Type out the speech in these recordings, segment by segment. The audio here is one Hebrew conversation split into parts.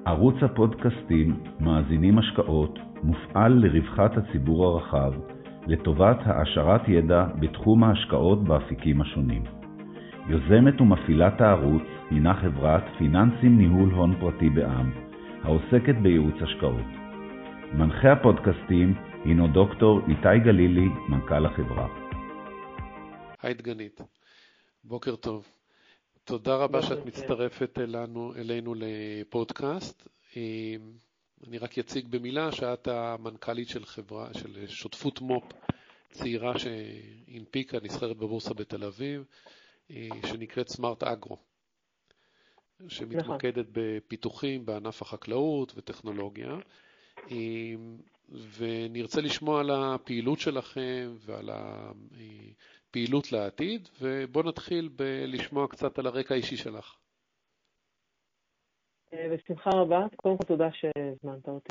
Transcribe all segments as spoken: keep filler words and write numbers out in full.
ערוץ הפודקאסטים מאזינים השקעות מופעל לרווחת הציבור הרחב, לטובת העשרת ידע בתחום ההשקעות באפיקים השונים. יוזמת ומפעילת הערוץ הינה חברת פיננסים ניהול הון פרטי בע"מ, העוסקת בייעוץ השקעות. מנחה הפודקאסטים הינו דוקטור איתי גלילי, מנכ"ל החברה. היי דגנית, בוקר טוב. תודה רבה שאת מצטרפת אלינו, אלינו לפודקאסט. אני רק אציג במילה שאת המנכ"לית של חברה, של שותפות מופ צעירה שהנפיקה, נסחרת בבורסה בתל אביב, שנקראת סמארט אגרו, שמתמקדת בפיתוחים בענף החקלאות וטכנולוגיה. ונרצה לשמוע על הפעילות שלכם ועל הפעילות לעתיד, ובוא נתחיל בלשמוע קצת על הרקע האישי שלך. בשמחה רבה, קודם כל תודה שהזמנת אותי.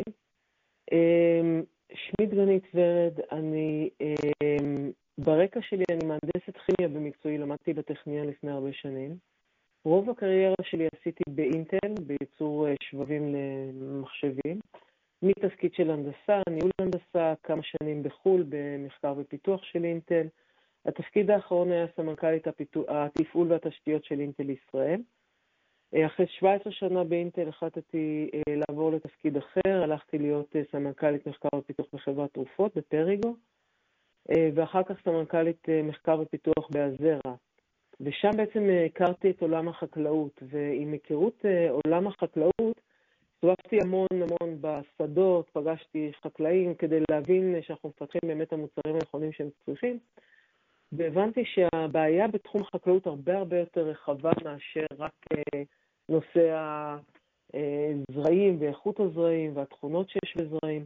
שמי דגנית ורד, אני ברקע שלי אני מהנדסת כימיה במקצועי, למדתי בטכניון לפני הרבה שנים. רוב הקריירה שלי עשיתי באינטל, בייצור שבבים למחשבים. מתפקיד של הנדסה, ניהול הנדסה, כמה שנים בחול במחקר ופיתוח של אינטל. התפקיד האחרון היה סמנכ"לית התפעול והתשתיות של אינטל ישראל. אחרי שבע עשרה שנה באינטל החלטתי לעבור לתפקיד אחר, הלכתי להיות סמנכ"לית מחקר ופיתוח בחברת תרופות בפריגו, ואחר כך סמנכ"לית מחקר ופיתוח באזרה. ושם בעצם הכרתי את עולם החקלאות, ועם היכרות עולם החקלאות, הסתובבתי המון המון בשדות, פגשתי חקלאים כדי להבין שאנחנו מפתחים באמת המוצרים הנכונים שהם צריכים, והבנתי שהבעיה בתחום החקלאות הרבה הרבה יותר רחבה מאשר רק נושא הזרעים ואיכות הזרעים והתכונות שיש בזרעים,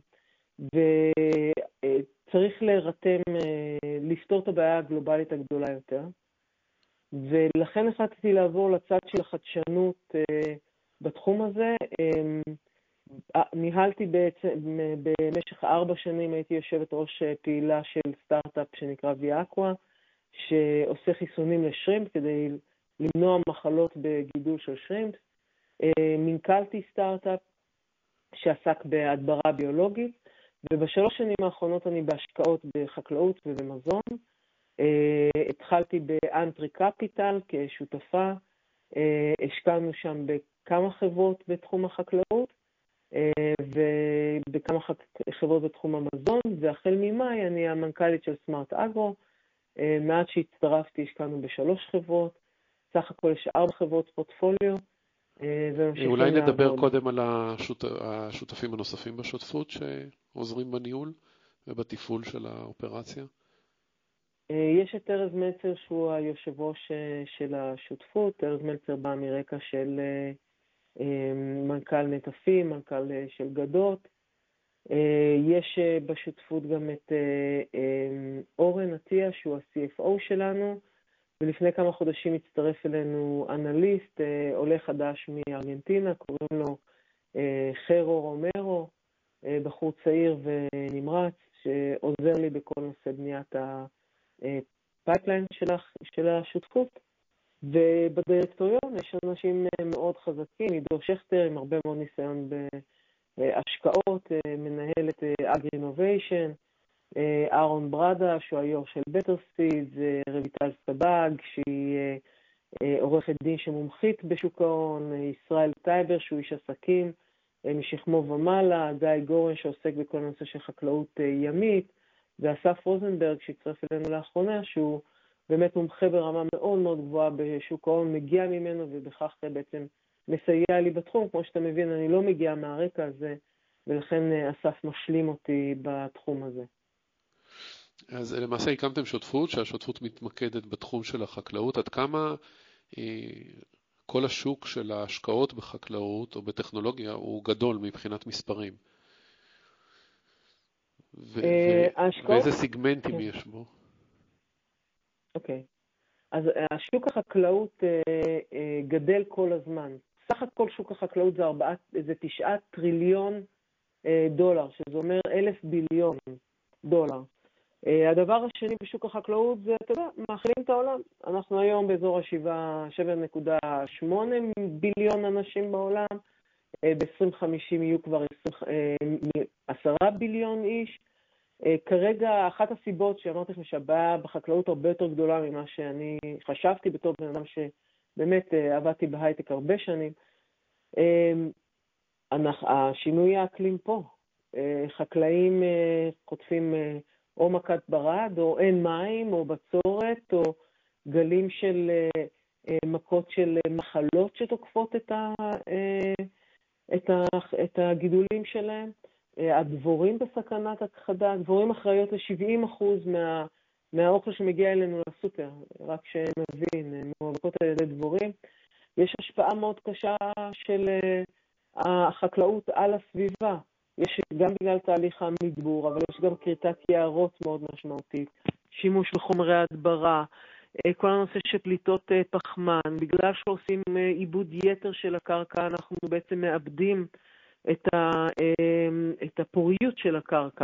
וצריך להירתם, לפתור את הבעיה הגלובלית הגדולה יותר, ולכן החלטתי לעבור לצד של החדשנות בתחום הזה. ניהלתי בעצם, במשך ארבע שנים הייתי יושבת ראש פעילה של סטארט-אפ שנקרא ויאקווה, שעושה חיסונים לשרימפ כדי למנוע מחלות בגידול של שרימפ. מנכ"לתי סטארט-אפ שעסק בהדברה ביולוגית, ובשלוש שנים האחרונות אני בהשקעות בחקלאות ובמזון. התחלתי באנטרי קפיטל כשותפה, השקענו שם בכמה חברות בתחום החקלאות ובכמה חברות בתחום המזון, והחל ממאי אני המנכ"לית של סמארט אגרו. מעט שהצטרפתי השקענו בשלוש חברות, סך הכל יש ארבע חברות פורטפוליו. אולי נדבר לעבוד. קודם על השות... השותפים הנוספים בשותפות שעוזרים בניהול ובתפעול של האופרציה. יש את ארז מלצר שהוא היושב ראש של השותפות. ארז מלצר בא מרקע של מנכ"ל נטפים, מנכ"ל של גדות. יש בשותפות גם את אורן עטיה שהוא ה-סי אף או שלנו, ולפני כמה חודשים הצטרף אלינו אנליסט, עולה חדש מארגנטינה, קוראים לו חרו רומרו, בחור צעיר ונמרץ שעוזר לי בכל נושא בניית הפייפליין של השותפות. ובדירקטוריון יש אנשים מאוד חזקים, עידו שכטר עם הרבה מאוד ניסיון בהשקעות, מנהל את אגרי אינוביישן, אהרון ברדה שהוא היו"ר של בטר סיד, רויטל סבג שהיא עורכת דין שמומחית בשוק ההון, ישראל טייבר שהוא איש עסקים משכמו ומעלה, גיא גורן שעוסק בכל נושא של חקלאות ימית, ואסף רוזנברג שהצטרף אלינו לאחרונה שהוא באמת מומחה ברמה מאוד מאוד גבוהה בשוק ההון, מגיע ממנו ובכך בעצם מסייע לי בתחום. כמו שאתה מבין, אני לא מגיע מהרקע הזה, ולכן אסף משלים אותי בתחום הזה. אז למעשה הקמתם שותפות, שהשותפות מתמקדת בתחום של החקלאות. עד כמה אה, כל השוק של ההשקעות בחקלאות או בטכנולוגיה הוא גדול מבחינת מספרים? ו- אה, ו- ואיזה סיגמנטים כן. יש בו? אוקיי. אז השוק החקלאות אה, אה, גדל כל הזמן. סך הכל שוק החקלאות זה, ארבעה, זה תשעה טריליון אה, דולר, שזה אומר אלף ביליון דולר. אה, הדבר השני בשוק החקלאות זה, אתה יודע, מאכילים את העולם. אנחנו היום באזור ה-שבע נקודה שמונה ביליון אנשים בעולם. ב-עשרים וחמישים יהיו כבר עשרה ביליון איש. כרגע אחת הסיבות שאמרתי לכם שהבעיה בחקלאות הרבה יותר גדולה ממה שאני חשבתי בתור בן אדם שבאמת עבדתי בהייטק הרבה שנים, השינוי האקלים פה. חקלאים חוטפים או מכת ברד, או אין מים, או בצורת, או גלים של מכות של מחלות שתוקפות את, ה, את, ה, את הגידולים שלהם. הדבורים בסכנת הכחדה, הדבורים אחראיות ל-שבעים אחוז מה, מהאוכל שמגיע אלינו לסופר, רק שנבין, מואבקות על ידי דבורים. יש השפעה מאוד קשה של החקלאות על הסביבה. יש גם בגלל תהליך המדבור, אבל יש גם כריתת יערות מאוד משמעותית, שימוש בחומרי הדברה, כל הנושא של פליטות פחמן. בגלל שעושים עיבוד יתר של הקרקע, אנחנו בעצם מאבדים את, ה, את הפוריות של הקרקע,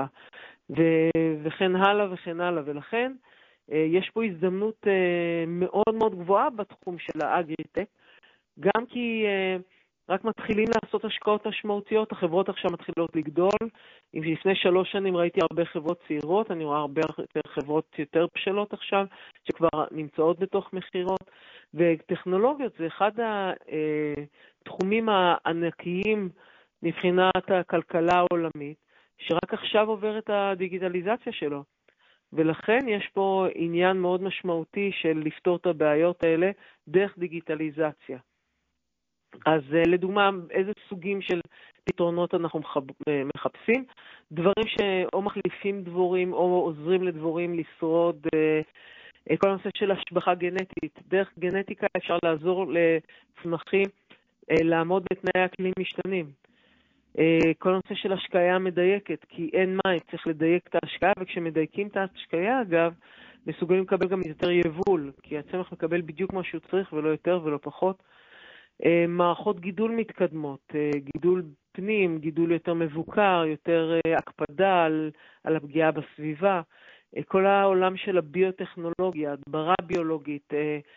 וכן הלאה וכן הלאה. ולכן יש פה הזדמנות מאוד מאוד גבוהה בתחום של האגריטק, גם כי רק מתחילים לעשות השקעות משמעותיות, החברות עכשיו מתחילות לגדול. אם לפני שלוש שנים ראיתי הרבה חברות צעירות, אני רואה הרבה חברות יותר בשלות עכשיו, שכבר נמצאות בתוך מחירות, וטכנולוגיות זה אחד התחומים הענקיים מבחינת הכלכלה העולמית, שרק עכשיו עובר את הדיגיטליזציה שלו. ולכן יש פה עניין מאוד משמעותי של לפתור את הבעיות האלה דרך דיגיטליזציה. אז לדוגמה, איזה סוגים של פתרונות אנחנו מחפשים? דברים שאו מחליפים דבורים או עוזרים לדבורים לשרוד. כל הנושא של השבחה גנטית. דרך גנטיקה אפשר לעזור לצמחים לעמוד בתנאי אקלים משתנים. כל הנושא של השקיה מדייקת, כי אין מים, צריך לדייק את ההשקיה, וכשמדייקים את ההשקיה, אגב, מסוגלים לקבל גם יותר יבול, כי הצמח מקבל בדיוק מה שהוא צריך ולא יותר ולא פחות. מערכות גידול מתקדמות, גידול פנים, גידול יותר מבוקר, יותר הקפדה על, על הפגיעה בסביבה, כל העולם של הביוטכנולוגיה, הדברה ביולוגית,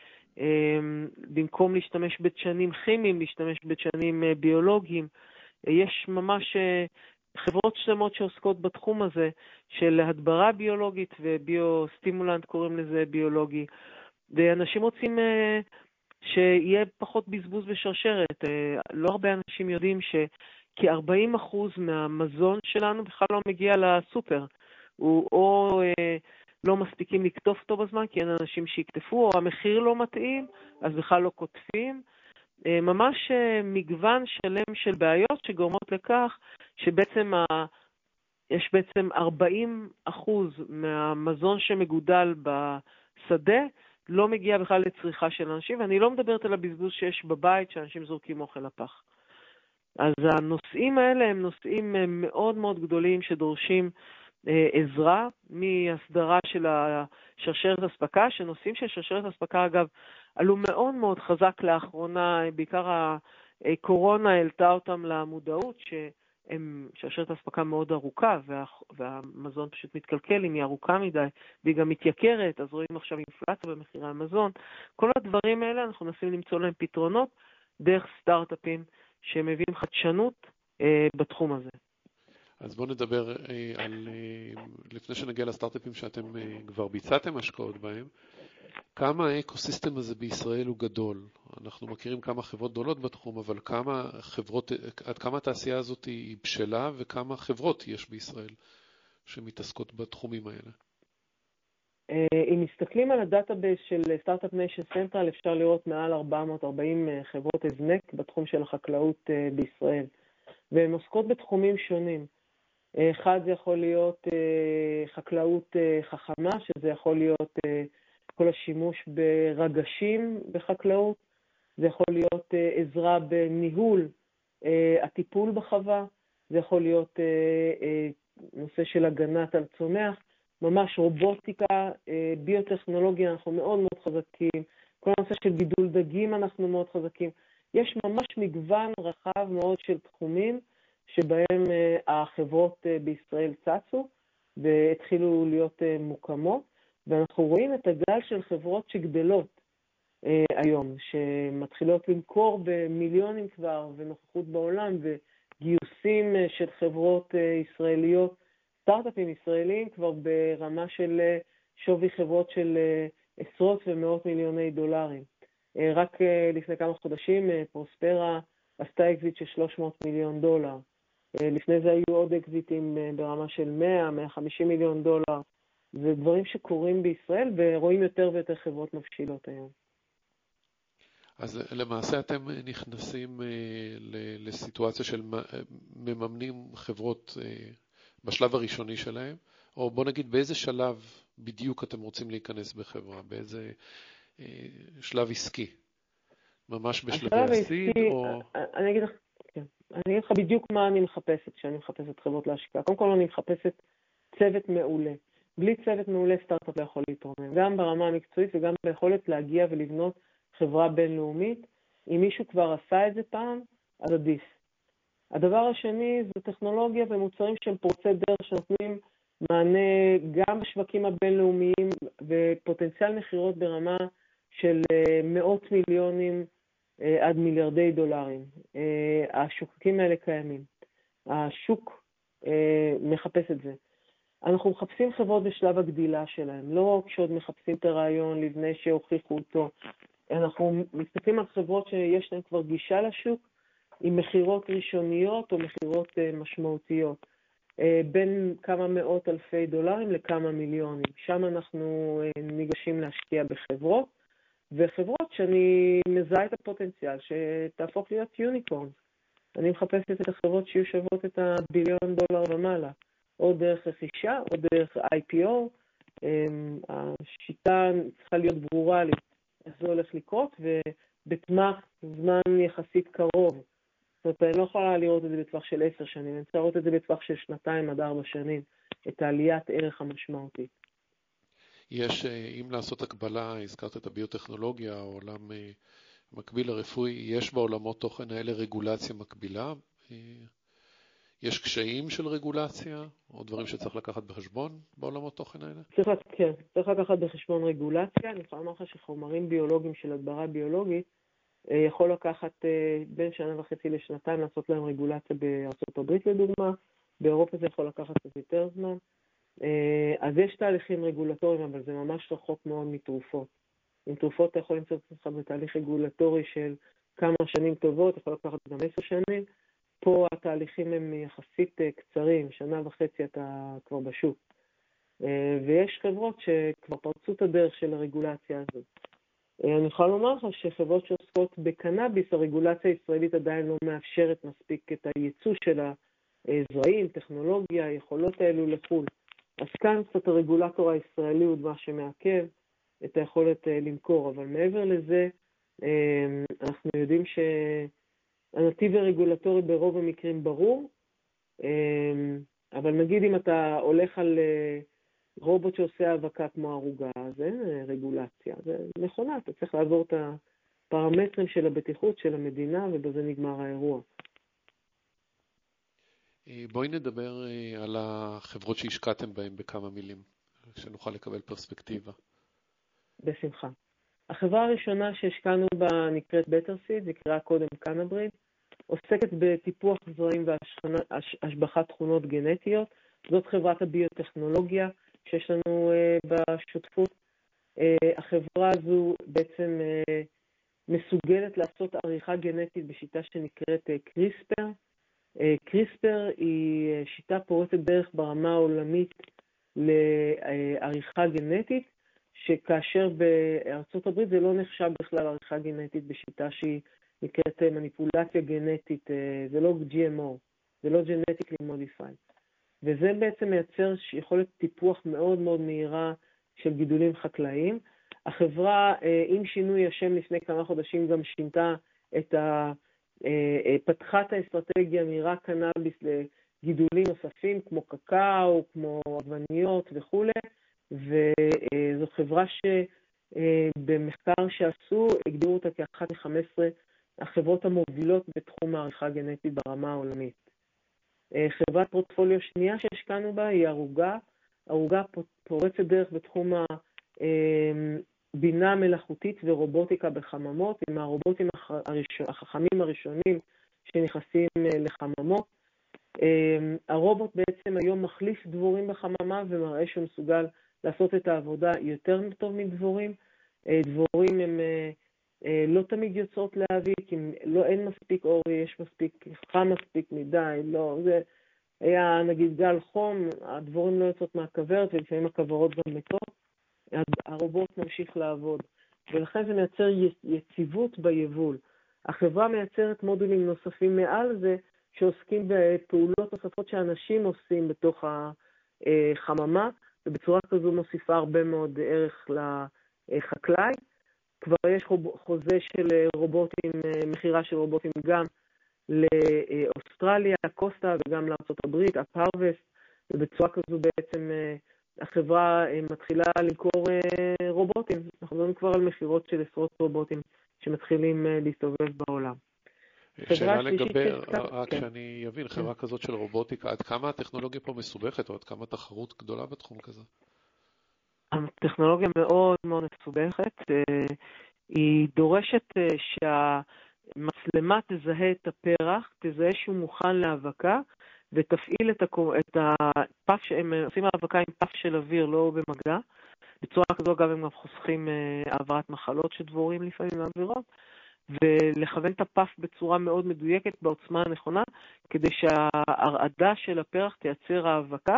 במקום להשתמש בדשנים כימיים, להשתמש בדשנים ביולוגיים. יש ממש חברות שלמות שעוסקות בתחום הזה של הדברה ביולוגית וביוסטימולנט, קוראים לזה ביולוגי, ואנשים רוצים שיהיה פחות בזבוז בשרשרת. לא הרבה אנשים יודעים שכ-ארבעים אחוז מהמזון שלנו בכלל לא מגיע לסופר. הוא או לא מספיקים לקטוף אותו בזמן, כי אין אנשים שיקטפו, או המחיר לא מתאים, אז בכלל לא כותפים. ממש מגוון שלם של בעיות שגורמות לכך שבעצם ה... יש בעצם ארבעים אחוז מהמזון שמגודל בשדה, לא מגיע בכלל לצריכה של אנשים, ואני לא מדברת על הבזבוז שיש בבית, שאנשים זורקים אוכל לפח. אז הנושאים האלה הם נושאים מאוד מאוד גדולים שדורשים אה, עזרה מהסדרה של השרשרת הספקה, שנושאים של שרשרת הספקה, אגב, עלו מאוד מאוד חזק לאחרונה, בעיקר הקורונה העלתה אותם למודעות, שהם שרשרת הספקה מאוד ארוכה, וה, והמזון פשוט מתקלקל אם היא ארוכה מדי, והיא גם מתייקרת, אז רואים עכשיו אינפלציה במחירי המזון. כל הדברים האלה אנחנו מנסים למצוא להם פתרונות דרך סטארט-אפים שמביאים חדשנות אה, בתחום הזה. אז בואו נדבר אה, על, אה, לפני שנגיע לסטארט-אפים שאתם אה, כבר ביצעתם השקעות בהם, כמה האקוסיסטם הזה בישראל הוא גדול. אנחנו מכירים כמה חברות גדולות בתחום, אבל כמה חברות, עד כמה התעשייה הזאת היא בשלה, וכמה חברות יש בישראל שמתעסקות בתחומים האלה? אם מסתכלים על הדאטאבייס של סטארט-אפ ניישן סנטרל, אפשר לראות מעל ארבע מאות וארבעים חברות הזנק בתחום של החקלאות בישראל, והן עוסקות בתחומים שונים. אחד זה יכול להיות חקלאות חכמה, שזה יכול להיות כל השימוש ברגשים בחקלאות, זה יכול להיות עזרה בניהול הטיפול בחווה, זה יכול להיות נושא של הגנת על צומח, ממש רובוטיקה, ביוטכנולוגיה, אנחנו מאוד מאוד חזקים, כל הנושא של גידול דגים אנחנו מאוד חזקים. יש ממש מגוון רחב מאוד של תחומים שבהם החברות בישראל צצו והתחילו להיות מוקמות, ואנחנו רואים את הגל של חברות שגדלות. היום, שמתחילות למכור במיליונים כבר, ונוכחות בעולם, וגיוסים של חברות ישראליות, סטארט-אפים ישראלים, כבר ברמה של שווי חברות של עשרות ומאות מיליוני דולרים. רק לפני כמה חודשים פרוספרה עשתה אקזיט של שלוש מאות מיליון דולר. לפני זה היו עוד אקזיטים ברמה של מאה עד מאה וחמישים מיליון דולר. זה דברים שקורים בישראל, ורואים יותר ויותר חברות מבשילות היום. אז למעשה אתם נכנסים לסיטואציה של מממנים חברות בשלב הראשוני שלהם, או בוא נגיד באיזה שלב בדיוק אתם רוצים להיכנס בחברה, באיזה שלב עסקי? ממש בשלבי הסיד או... אני אגיד לך, כן. אני אגיד לך בדיוק מה אני מחפשת כשאני מחפשת חברות להשקעה. קודם כל אני מחפשת צוות מעולה. בלי צוות מעולה סטארט-אפ לא יכול להתרומם, גם ברמה המקצועית וגם ביכולת להגיע ולבנות חברה בינלאומית. אם מישהו כבר עשה את זה פעם, אז עדיף. הדבר השני זה טכנולוגיה ומוצרים של פורצי דרך שנותנים מענה גם בשווקים הבינלאומיים ופוטנציאל מחירות ברמה של מאות מיליונים עד מיליארדי דולרים. השוקקים האלה קיימים. השוק מחפש את זה. אנחנו מחפשים חברות בשלב הגדילה שלהם, לא כשעוד מחפשים את הרעיון לפני שהוכיחו אותו. אנחנו מסתכלים על חברות שיש להן כבר גישה לשוק, עם מחירות ראשוניות או מחירות משמעותיות, בין כמה מאות אלפי דולרים לכמה מיליונים. שם אנחנו ניגשים להשקיע בחברות, וחברות שאני מזהה את הפוטנציאל שתהפוך להיות יוניקורן. אני מחפשת את החברות שיהיו שוות את הביליון דולר ומעלה, או דרך רכישה או דרך איי פי או. השיטה צריכה להיות ברורה לי איך זה הולך לקרות, ובטווח זמן יחסית קרוב. זאת אומרת, אני לא יכולה לראות את זה בטווח של עשר שנים, אני צריכה לראות את זה בטווח של שנתיים עד ארבע שנים, את העליית ערך המשמעותית. יש, אם לעשות הקבלה, הזכרת את הביוטכנולוגיה, העולם מקביל לרפואי, יש בעולמות תוכן האלה רגולציה מקבילה? יש קשיים של רגולציה, או דברים שצריך לקחת בחשבון בעולמות תוכן האלה? צריך, כן, צריך לקחת בחשבון רגולציה. אני יכולה לומר לך שחומרים ביולוגיים של הדברה ביולוגית, יכול לקחת בין שנה וחצי לשנתיים לעשות להם רגולציה בארצות הברית לדוגמה, באירופה זה יכול לקחת קצת יותר זמן. אז יש תהליכים רגולטוריים, אבל זה ממש רחוק מאוד מתרופות. עם תרופות אתה יכול למצוא אותך בתהליך רגולטורי של כמה שנים טובות, יכול לקחת גם עשר שנים. פה התהליכים הם יחסית קצרים, שנה וחצי אתה כבר בשוק. ויש חברות שכבר פרצו את הדרך של הרגולציה הזאת. אני יכולה לומר לך שחברות שעוסקות בקנאביס, הרגולציה הישראלית עדיין לא מאפשרת מספיק את הייצוא של הזרעים, טכנולוגיה, היכולות האלו לחו"ל. אז כאן קצת הרגולטור הישראלי הוא מה שמעכב את היכולת למכור, אבל מעבר לזה, אנחנו יודעים שהנתיב הרגולטורי ברוב המקרים ברור, אבל נגיד אם אתה הולך על רובוט שעושה האבקה כמו ערוגה, אז אין רגולציה, זה נכונה, אתה צריך לעבור את הפרמטרים של הבטיחות של המדינה, ובזה נגמר האירוע. בואי נדבר על החברות שהשקעתם בהן בכמה מילים, שנוכל לקבל פרספקטיבה. בשמחה. החברה הראשונה שהשקענו בה נקראת בטרסיד, זה קראה קודם קנבריד, עוסקת בטיפוח זרעים והשבחת תכונות גנטיות. זאת חברת הביוטכנולוגיה שיש לנו בשותפות. החברה הזו בעצם מסוגלת לעשות עריכה גנטית בשיטה שנקראת קריספר. קריספר היא שיטה פורצת דרך ברמה העולמית לעריכה גנטית, שכאשר בארצות הברית זה לא נחשב בכלל עריכה גנטית בשיטה שהיא נקראת מניפולציה גנטית, זה לא ג'י אם או, זה לא genetically modified. וזה בעצם מייצר יכולת טיפוח מאוד מאוד מהירה של גידולים חקלאיים. החברה עם שינוי השם לפני כמה חודשים גם שינתה את ה... פתחה האסטרטגיה מרק קנאביס לגידולים נוספים כמו קקאו, כמו עגבניות וכו'. וזו חברה שבמחקר שעשו הגדירו אותה כאחת מ-חמש עשרה החברות המובילות בתחום העריכה הגנטית ברמה העולמית. חברת פורטפוליו שנייה שהשקענו בה היא ערוגה. ערוגה פורצת דרך בתחום בינה מלאכותית ורובוטיקה בחממות, עם הרובוטים החכמים הראשונים שנכנסים לחממות. הרובוט בעצם היום מחליף דבורים בחממה ומראה שהוא מסוגל לעשות את העבודה יותר טוב מדבורים. דבורים הם לא תמיד יוצאות להביא, כי לא, אין מספיק אור, יש מספיק, חם מספיק מדי, לא, זה היה נגיד גל חום, הדבורים לא יוצאות מהכוורת ולפעמים הכוורות גם מתות, הרובוט ממשיך לעבוד, ולכן זה מייצר יציבות ביבול. החברה מייצרת מודולים נוספים מעל זה, שעוסקים בפעולות נוספות שאנשים עושים בתוך החממה, ובצורה כזו מוסיפה הרבה מאוד ערך לחקלאי. כבר יש חוזה של רובוטים, מחירה של רובוטים גם לאוסטרליה, קוסטה וגם לארצות הברית, הפרווסט, ובצורה כזו בעצם החברה מתחילה למכור רובוטים. אנחנו מדברים כבר על מחירות של עשרות רובוטים שמתחילים להסתובב בעולם. שאלה לגבי, רק שאני אבין, חברה כזאת של רובוטיקה, עד כמה הטכנולוגיה פה מסובכת, או עד כמה תחרות גדולה בתחום כזה? הטכנולוגיה מאוד מאוד מסובכת, היא דורשת שהמצלמה תזהה את הפרח, תזהה שהוא מוכן להאבקה, ותפעיל את הפף, שהם עושים האבקה עם פף של אוויר, לא במגע. בצורה כזו גם הם גם חוסכים העברת מחלות שדבורים לפעמים מעבירות, ולכוון את הפף בצורה מאוד מדויקת בעוצמה הנכונה, כדי שההרעדה של הפרח תייצר האבקה,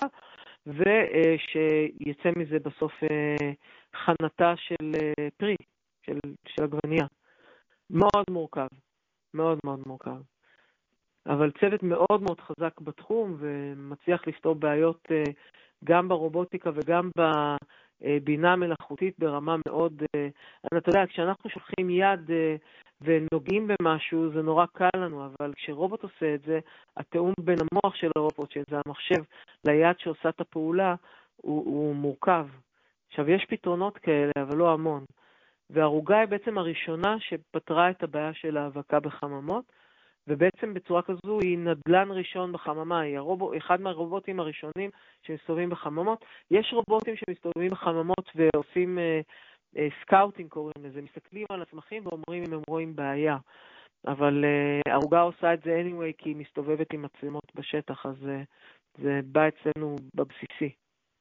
ושיצא מזה בסוף חנתה של פרי, של, של עגבנייה. מאוד מורכב, מאוד מאוד מורכב. אבל צוות מאוד מאוד חזק בתחום, ומצליח לפתור בעיות גם ברובוטיקה וגם בבינה מלאכותית ברמה מאוד... אתה יודע, כשאנחנו שולחים יד ונוגעים במשהו, זה נורא קל לנו, אבל כשרובוט עושה את זה, התאום בין המוח של הרובוט, שזה המחשב, ליד שעושה את הפעולה, הוא, הוא מורכב. עכשיו, יש פתרונות כאלה, אבל לא המון. והרוגה היא בעצם הראשונה שפתרה את הבעיה של האבקה בחממות, ובעצם בצורה כזו היא נדלן ראשון בחממה, היא הרובו, אחד מהרובוטים הראשונים שמסתובבים בחממות. יש רובוטים שמסתובבים בחממות ועושים אה, אה, סקאוטינג קוראים לזה, מסתכלים על הצמחים ואומרים אם הם רואים בעיה. אבל אה, הרוגה עושה את זה anyway כי היא מסתובבת עם מצלמות בשטח, אז אה, זה בא אצלנו בבסיסי.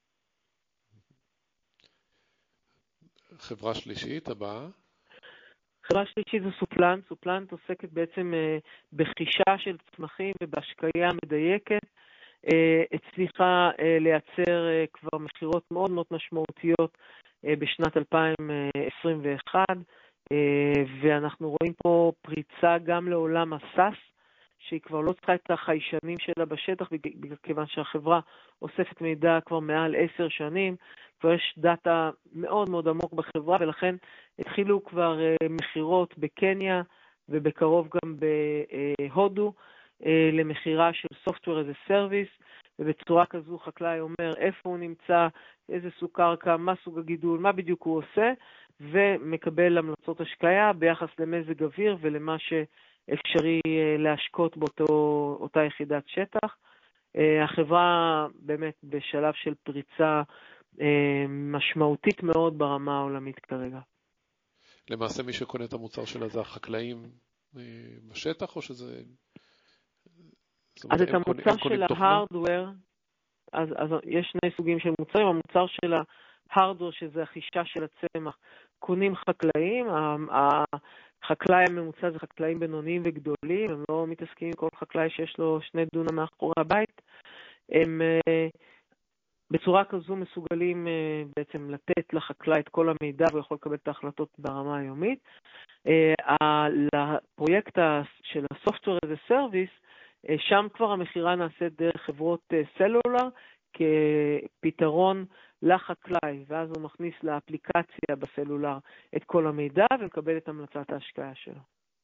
חברה שלישית הבאה? חברה שלישית זה סופלנט. סופלנט עוסקת בעצם בחישה של צמחים ובהשקיה מדייקת. הצליחה לייצר כבר מחירות מאוד מאוד משמעותיות בשנת אלפיים עשרים ואחת, ואנחנו רואים פה פריצה גם לעולם הסאס, שהיא כבר לא צריכה את החיישנים שלה בשטח, כיוון שהחברה אוספת מידע כבר מעל עשר שנים, כבר יש דאטה מאוד מאוד עמוק בחברה, ולכן התחילו כבר מחירות בקניה, ובקרוב גם בהודו, למחירה של Software as a Service, ובצורה כזו חקלאי אומר איפה הוא נמצא, איזה סוג קרקע, מה סוג הגידול, מה בדיוק הוא עושה, ומקבל המלצות השקיה ביחס למזג אוויר ולמה שאפשרי להשקות באותה יחידת שטח. החברה באמת בשלב של פריצה משמעותית מאוד ברמה העולמית כרגע. למעשה מי שקונה את המוצר שלה זה החקלאים בשטח, או שזה... אז את המוצר של ההארדוור, אז, אז יש שני סוגים של מוצרים. המוצר של ההארדוור, שזה החישה של הצמח, קונים חקלאים. החקלאי הממוצע זה חקלאים בינוניים וגדולים, הם לא מתעסקים עם כל חקלאי שיש לו שני דונם מאחורי הבית. הם בצורה כזו מסוגלים בעצם לתת לחקלאי את כל המידע והוא יכול לקבל את ההחלטות ברמה היומית. לפרויקט של ה-Software as a Service, שם כבר המחירה נעשית דרך חברות סלולר כפתרון לחקלאי, ואז הוא מכניס לאפליקציה בסלולר את כל המידע ומקבל את המלצת ההשקעה שלו.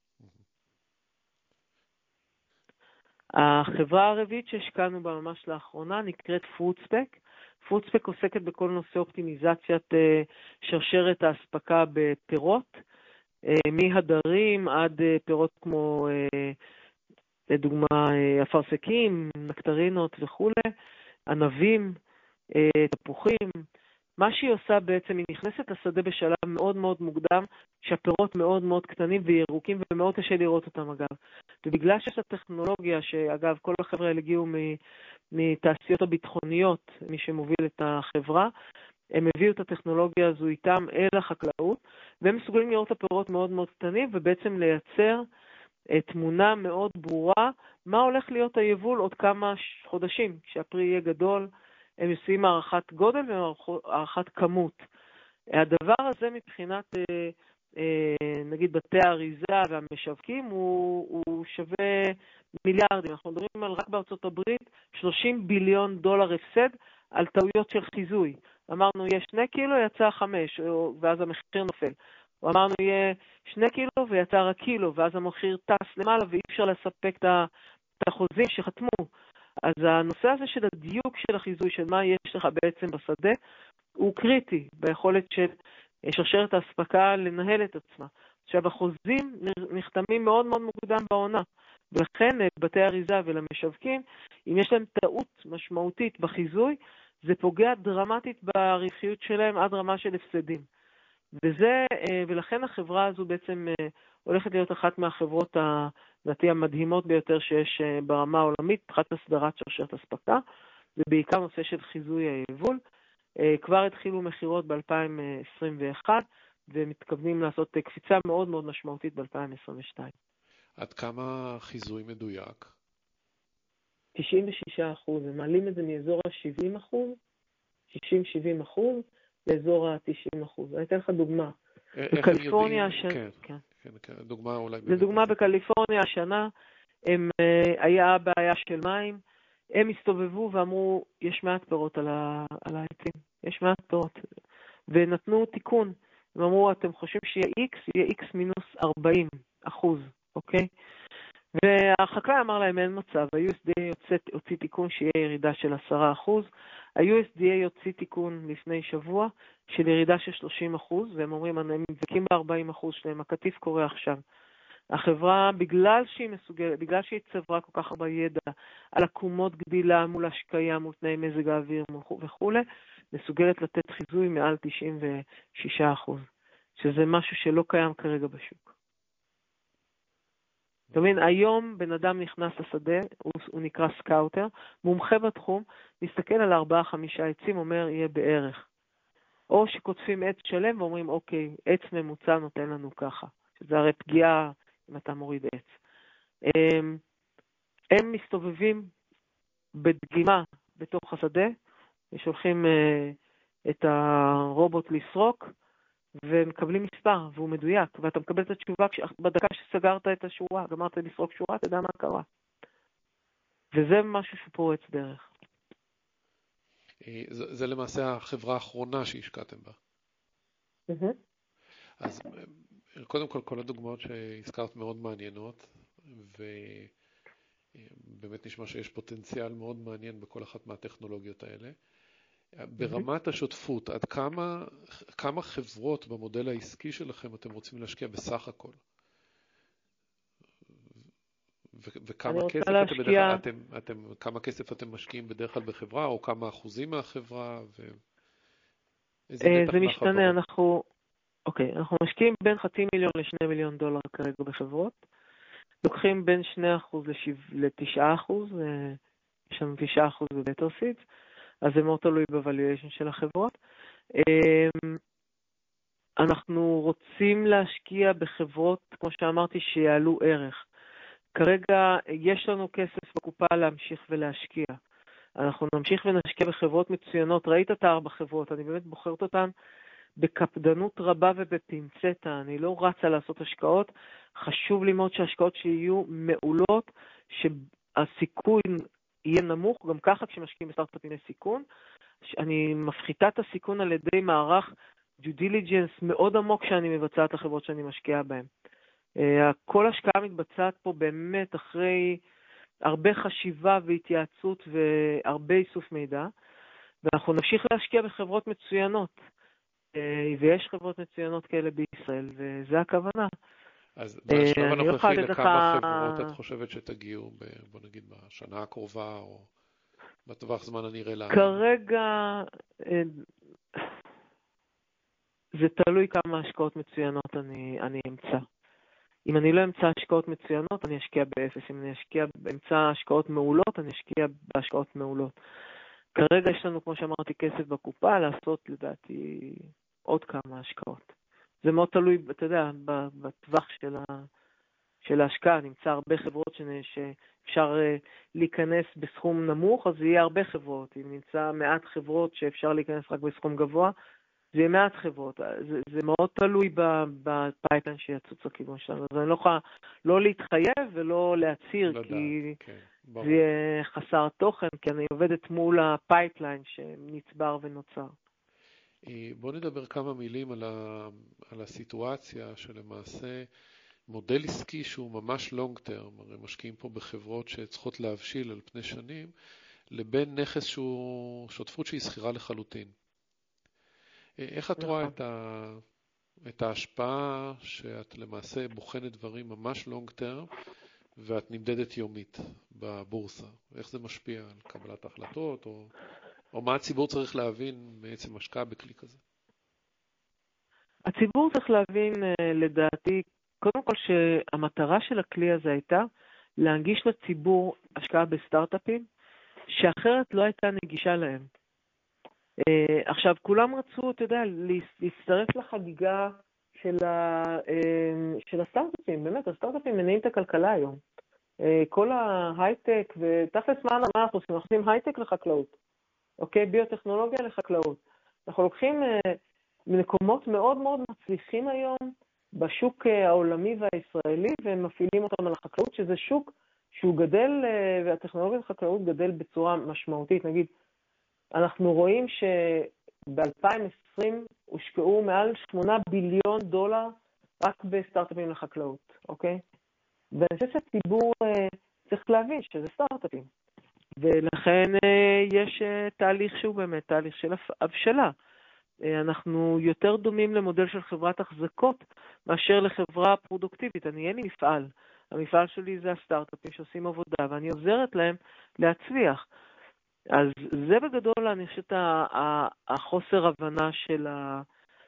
החברה הרביעית שהשקענו בה ממש לאחרונה נקראת פרודספק. פרודספק עוסקת בכל נושא אופטימיזציית שרשרת ההספקה בפירות, מהדרים עד פירות כמו לדוגמה אפרסקים, נקטרינות וכו', ענבים, תפוחים, מה שהיא עושה בעצם, היא נכנסת לשדה בשלב מאוד מאוד מוקדם, שהפירות מאוד מאוד קטנים וירוקים, ומאוד קשה לראות אותם אגב. ובגלל שיש הטכנולוגיה, שאגב כל החבר'ה האלה הגיעו מתעשיות הביטחוניות, מי שמוביל את החברה, הם הביאו את הטכנולוגיה הזו איתם אל החקלאות, והם מסוגלים לראות את הפירות מאוד מאוד קטנים, ובעצם לייצר תמונה מאוד ברורה, מה הולך להיות היבול עוד כמה חודשים, כשהפרי יהיה גדול, הם עושים הערכת גודל והערכת כמות. הדבר הזה מבחינת, נגיד, בתי האריזה והמשווקים, הוא, הוא שווה מיליארדים. אנחנו מדברים על רק בארצות הברית, שלושים ביליון דולר הפסד על טעויות של חיזוי. אמרנו, יש שני קילו, יצא חמש, ואז המחיר נופל. או אמרנו, יהיה שני קילו ויצא רק קילו, ואז המחיר טס למעלה, ואי אפשר לספק את החוזים שחתמו. אז הנושא הזה של הדיוק של החיזוי, של מה יש לך בעצם בשדה, הוא קריטי ביכולת של שרשרת האספקה לנהל את עצמה. עכשיו, החוזים נחתמים מאוד מאוד מוקדם בעונה, ולכן בתי האריזה ולמשווקים, אם יש להם טעות משמעותית בחיזוי, זה פוגע דרמטית ברווחיות שלהם עד רמה של הפסדים. וזה, ולכן החברה הזו בעצם הולכת להיות אחת מהחברות לדעתי המדהימות ביותר שיש ברמה העולמית, מבחינת הסדרת שרשרת אספקה, ובעיקר נושא של חיזוי היבול. כבר התחילו מחירות ב-אלפיים עשרים ואחת, ומתכוונים לעשות קפיצה מאוד מאוד משמעותית ב-אלפיים עשרים ושתיים. עד כמה חיזוי מדויק? תשעים ושישה אחוז, הם מעלים את זה מאזור ה-שבעים אחוז, שישים שבעים אחוז, לאזור ה-תשעים אחוז. אני אתן לך דוגמה. בקליפורניה השנה, כן, כן, כן, דוגמה אולי. לדוגמה בקליפורניה השנה, הם, היה בעיה של מים, הם הסתובבו ואמרו, יש מעט פירות על, ה, על העצים, יש מעט פירות, ונתנו תיקון. הם אמרו, אתם חושבים שיהיה X, יהיה X מינוס ארבעים אחוז, אוקיי? והחקלאי אמר להם, אין מצב, ה-יו אס די איי יוצא, יוצא תיקון שיהיה ירידה של עשרה אחוז, ה-יו אס די איי יוצא תיקון לפני שבוע של ירידה של שלושים אחוז, והם אומרים, הם מבקים ב-ארבעים אחוז שלהם, הקטיף קורה עכשיו. החברה, בגלל שהיא מסוגלת, בגלל שהיא צברה כל כך הרבה ידע על עקומות גדילה מול השקיה, מול תנאי מזג האוויר וכו', מסוגלת לתת חיזוי מעל תשעים ושישה אחוז, שזה משהו שלא קיים כרגע בשוק. זאת אומרת, היום בן אדם נכנס לשדה, הוא, הוא נקרא סקאוטר, מומחה בתחום, מסתכל על ארבעה חמישה עצים, אומר יהיה בערך. או שכותפים עץ שלם ואומרים, אוקיי, עץ ממוצע נותן לנו ככה, שזה הרי פגיעה אם אתה מוריד עץ. הם, הם מסתובבים בדגימה בתוך השדה, שולחים את הרובוט לסרוק, ומקבלים מספר, והוא מדויק, ואתה מקבל את התשובה בדקה שסגרת את השורה, גמרת לסרוק שורה, אתה יודע מה קרה. וזה משהו שפורץ דרך. זה, זה למעשה החברה האחרונה שהשקעתם בה. Mm-hmm. אז קודם כל, כל הדוגמאות שהזכרת מאוד מעניינות, ובאמת נשמע שיש פוטנציאל מאוד מעניין בכל אחת מהטכנולוגיות האלה. ברמת השותפות, עד כמה, כמה חברות במודל העסקי שלכם אתם רוצים להשקיע בסך הכל? וכמה כסף אתם בדרך כלל, אתם, אתם, כמה כסף אתם משקיעים בדרך כלל בחברה, או כמה אחוזים מהחברה, ואיזה נתח זה משתנה, מהחברות? אנחנו, אוקיי, אנחנו משקיעים בין חצי מיליון לשני מיליון דולר כרגע בחברות, לוקחים בין שני אחוז לתשעה אחוז, יש לנו תשעה אחוז בבטר סידס, אז זה מאוד תלוי בוואליואשן של החברות. אנחנו רוצים להשקיע בחברות, כמו שאמרתי, שיעלו ערך. כרגע יש לנו כסף בקופה להמשיך ולהשקיע. אנחנו נמשיך ונשקיע בחברות מצוינות. ראית את ארבע חברות, אני באמת בוחרת אותן בקפדנות רבה ובפינצטה. אני לא רצה לעשות השקעות. חשוב לי מאוד שההשקעות שיהיו מעולות, שהסיכוי יהיה נמוך, גם ככה כשמשקיעים בסטארט-אפים יש סיכון. אני מפחיתה את הסיכון על ידי מערך due diligence מאוד עמוק שאני מבצעת לחברות שאני משקיעה בהן. כל השקעה מתבצעת פה באמת אחרי הרבה חשיבה והתייעצות והרבה איסוף מידע, ואנחנו נמשיך להשקיע בחברות מצוינות, ויש חברות מצוינות כאלה בישראל, וזה הכוונה. אז בשלב הנוכחי לכמה חברות את חושבת שתגיעו, בוא נגיד, בשנה הקרובה, או בטווח זמן הנראה לעין? כרגע, זה תלוי כמה השקעות מצוינות אני, אני אמצא. אם אני לא אמצא השקעות מצוינות, אני אשקיע באפס. אם אני אשקיע, אמצא השקעות מעולות, אני אשקיע בהשקעות מעולות. כרגע יש לנו, כמו שאמרתי, כסף בקופה, לעשות לדעתי עוד כמה השקעות. זה מאוד תלוי, אתה יודע, בטווח של, ה, של ההשקעה. נמצא הרבה חברות שאפשר להיכנס בסכום נמוך, אז יהיה הרבה חברות. אם נמצא מעט חברות שאפשר להיכנס רק בסכום גבוה, זה יהיה מעט חברות. זה, זה מאוד תלוי בפייפליין שיצוץ לכיוון שלנו. אז אני לא יכולה לא להתחייב ולא להצהיר, לא כי כן, זה יהיה חסר תוכן, כי אני עובדת מול הפייפליין שנצבר ונוצר. בוא נדבר כמה מילים על, ה, על הסיטואציה שלמעשה מודל עסקי שהוא ממש לונג טרם, הרי משקיעים פה בחברות שצריכות להבשיל על פני שנים, לבין נכס שהוא שותפות שהיא סחירה לחלוטין. איך את רואה את, ה, את ההשפעה שאת למעשה בוחנת דברים ממש לונג טרם, ואת נמדדת יומית בבורסה? איך זה משפיע על קבלת החלטות, או, או מה הציבור צריך להבין בעצם השקעה בכלי כזה? הציבור צריך להבין, לדעתי, קודם כל שהמטרה של הכלי הזה הייתה להנגיש לציבור השקעה בסטארט-אפים, שאחרת לא הייתה נגישה להם. Uh, עכשיו, כולם רצו, אתה יודע, להצטרף לחגיגה של, ה, uh, של הסטארט-אפים. באמת, הסטארט-אפים מנעים את הכלכלה היום. Uh, כל ההייטק, ותכלס מה אנחנו עושים? אנחנו עושים הייטק לחקלאות. אוקיי? ביוטכנולוגיה לחקלאות. אנחנו לוקחים uh, מקומות מאוד מאוד מצליחים היום בשוק uh, העולמי והישראלי, ומפעילים אותם על החקלאות, שזה שוק שהוא גדל, uh, והטכנולוגיה לחקלאות גדל בצורה משמעותית. נגיד, אנחנו רואים שב-אלפיים ועשרים הושקעו מעל שמונה ביליון דולר רק בסטארט-אפים לחקלאות, אוקיי? ואני חושב שהציבור אה, צריך להבין שזה סטארט-אפים. ולכן אה, יש אה, תהליך שהוא באמת תהליך של הבשלה. אה, אנחנו יותר דומים למודל של חברת החזקות מאשר לחברה פרודוקטיבית. אני אין לי מפעל. המפעל שלי זה הסטארט-אפים שעושים עבודה, ואני עוזרת להם להצליח. אז זה בגדול, אני חושבת, החוסר הבנה של, ה,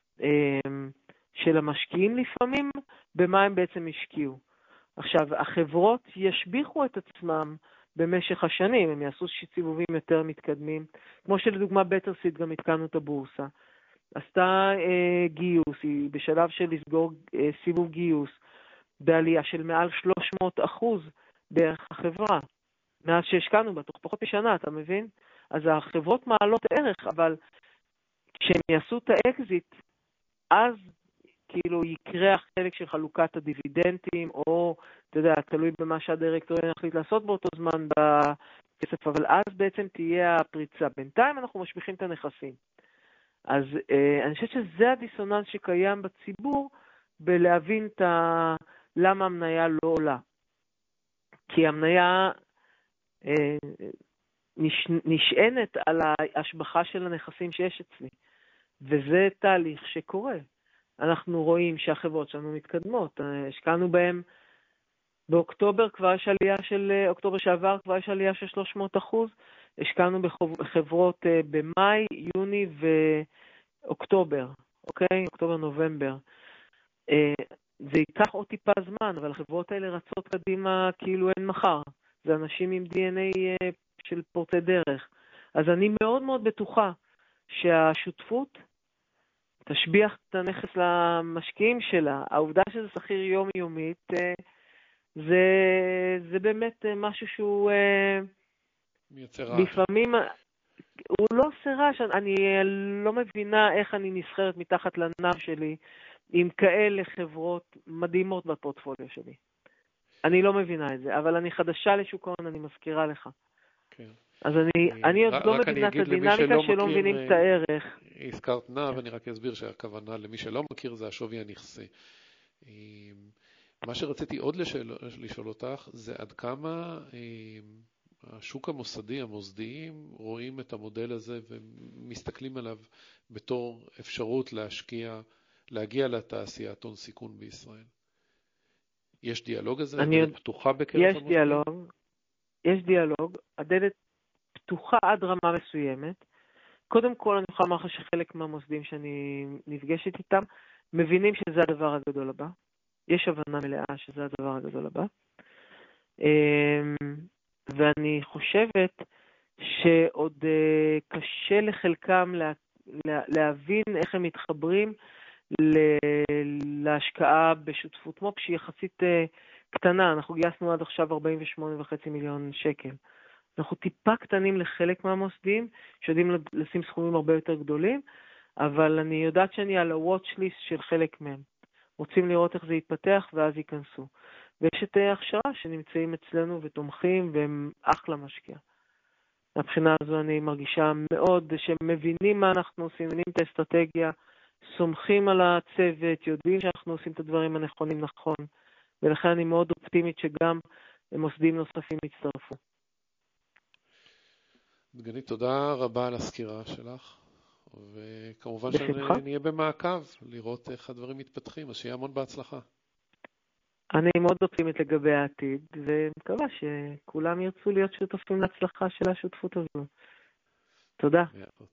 של המשקיעים לפעמים, במה הם בעצם השקיעו. עכשיו, החברות ישביחו את עצמם במשך השנים, הם יעשו סיבובים יותר מתקדמים, כמו שלדוגמה בטרסיט גם התקנו את הבורסה. עשתה אה, גיוס, היא בשלב של לסגור אה, סיבוב גיוס, בעלייה של מעל שלוש מאות אחוז בערך החברה. מאז שהשקענו בה, תוך פחות משנה, אתה מבין? אז החברות מעלות ערך, אבל כשהם יעשו את האקזיט, אז כאילו יקרה החלק של חלוקת הדיבידנדים, או, אתה יודע, תלוי במה שהדירקטוריון יחליט לעשות באותו זמן בכסף, אבל אז בעצם תהיה הפריצה. בינתיים אנחנו משביחים את הנכסים. אז אה, אני חושבת שזה הדיסוננס שקיים בציבור, בלהבין את ה... למה המניה לא עולה. כי המניה נש... נשענת על ההשבחה של הנכסים שיש אצלי. וזה תהליך שקורה. אנחנו רואים שהחברות שלנו מתקדמות. השקענו בהם באוקטובר, כבר יש עלייה של, אוקטובר שעבר כבר יש עלייה של שלוש מאות אחוז. השקענו בחברות במאי, יוני ואוקטובר. אוקיי? אוקטובר, נובמבר. זה ייקח עוד טיפה זמן, אבל החברות האלה רצות קדימה כאילו אין מחר. זה אנשים עם די אן איי של פורצי דרך. אז אני מאוד מאוד בטוחה שהשותפות תשביח את הנכס למשקיעים שלה. העובדה שזה שכיר יום-יומית, זה, זה באמת משהו שהוא לפעמים, הוא לא עושה רעש. אני לא מבינה איך אני נסחרת מתחת לנב שלי עם כאלה חברות מדהימות בפורטפוליו שלי. אני לא מבינה את זה, אבל אני חדשה לשוק ההון, אני מזכירה לך. כן. אז אני, אני עוד לא מבינה את הדינמיקה שלא מבינים את הערך. הזכרת נע, ואני רק אסביר שהכוונה למי שלא מכיר זה השווי הנכסי. מה שרציתי עוד לשאול, לשאול אותך זה עד כמה השוק המוסדי, המוסדיים, רואים את המודל הזה ומסתכלים עליו בתור אפשרות להשקיע, להגיע לתעשיית הון סיכון בישראל. יש דיאלוג הזה? הדלת פתוחה בקרב המוסדיים? יש דיאלוג, יש דיאלוג, הדלת פתוחה עד רמה מסוימת. קודם כל אני יכולה לומר לך שחלק מהמוסדים שאני נפגשת איתם, מבינים שזה הדבר הגדול הבא. יש הבנה מלאה שזה הדבר הגדול הבא. ואני חושבת שעוד קשה לחלקם לה, לה, להבין איך הם מתחברים להשקעה בשותפות מו"פ שהיא יחסית קטנה. אנחנו גייסנו עד עכשיו ארבעים ושמונה וחצי מיליון שקל. אנחנו טיפה קטנים לחלק מהמוסדים שיודעים לשים סכומים הרבה יותר גדולים, אבל אני יודעת שאני על ה-watch list של חלק מהם. רוצים לראות איך זה יתפתח ואז ייכנסו. ויש את ההכשרה שנמצאים אצלנו ותומכים והם אחלה משקיע. מבחינה הזו אני מרגישה מאוד שהם מבינים מה אנחנו עושים, מבינים את האסטרטגיה, סומכים על הצוות, יודעים שאנחנו עושים את הדברים הנכונים נכון, ולכן אני מאוד אופטימית שגם מוסדים נוספים יצטרפו. דגנית, תודה רבה על הסקירה שלך, וכמובן שנהיה במעקב לראות איך הדברים מתפתחים, אז שיהיה המון בהצלחה. אני מאוד אופטימית לגבי העתיד, ומקווה שכולם ירצו להיות שותפים להצלחה של השותפות הזו. תודה.